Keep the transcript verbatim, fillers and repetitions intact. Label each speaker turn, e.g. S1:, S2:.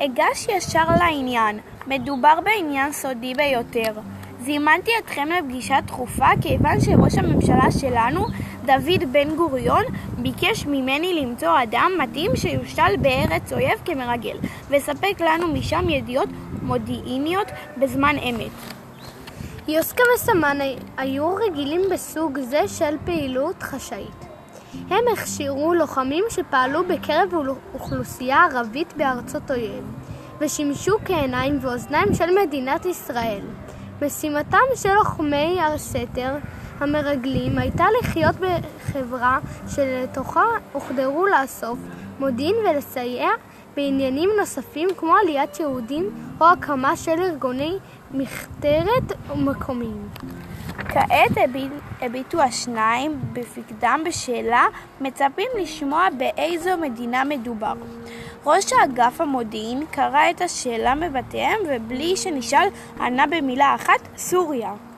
S1: אגש ישר לעניין. מדובר בעניין סודי ביותר. זימנתי אתכם לפגישה דחופה כיוון שראש הממשלה שלנו, דוד בן גוריון, ביקש ממני למצוא אדם מתאים שיושתל בארץ אויב כמרגל, וספק לנו משם ידיעות מודיעיניות בזמן אמת.
S2: יוסקה וסמן היו רגילים בסוג זה של פעילות חשאית. הם הכשירו לוחמים שפעלו בקרב אוכלוסייה ערבית בארצות אויב, ושימשו כעיניים ואוזניים של מדינת ישראל. משימתם של לוחמי הסתר המרגלים הייתה לחיות בחברה שלתוכה הוחדרו לאסוף מודיעין ולסייע בעניינים נוספים כמו עליית יהודים או הקמה של ארגוני מחתרת מקומיים.
S1: כעת הביטו השניים בפקדם בשאלה, מצפים לשמוע באיזו מדינה מדובר. ראש האגף המודיעין קרא את השאלה מבתיהם ובלי שנשאל ענה במילה אחת, סוריה.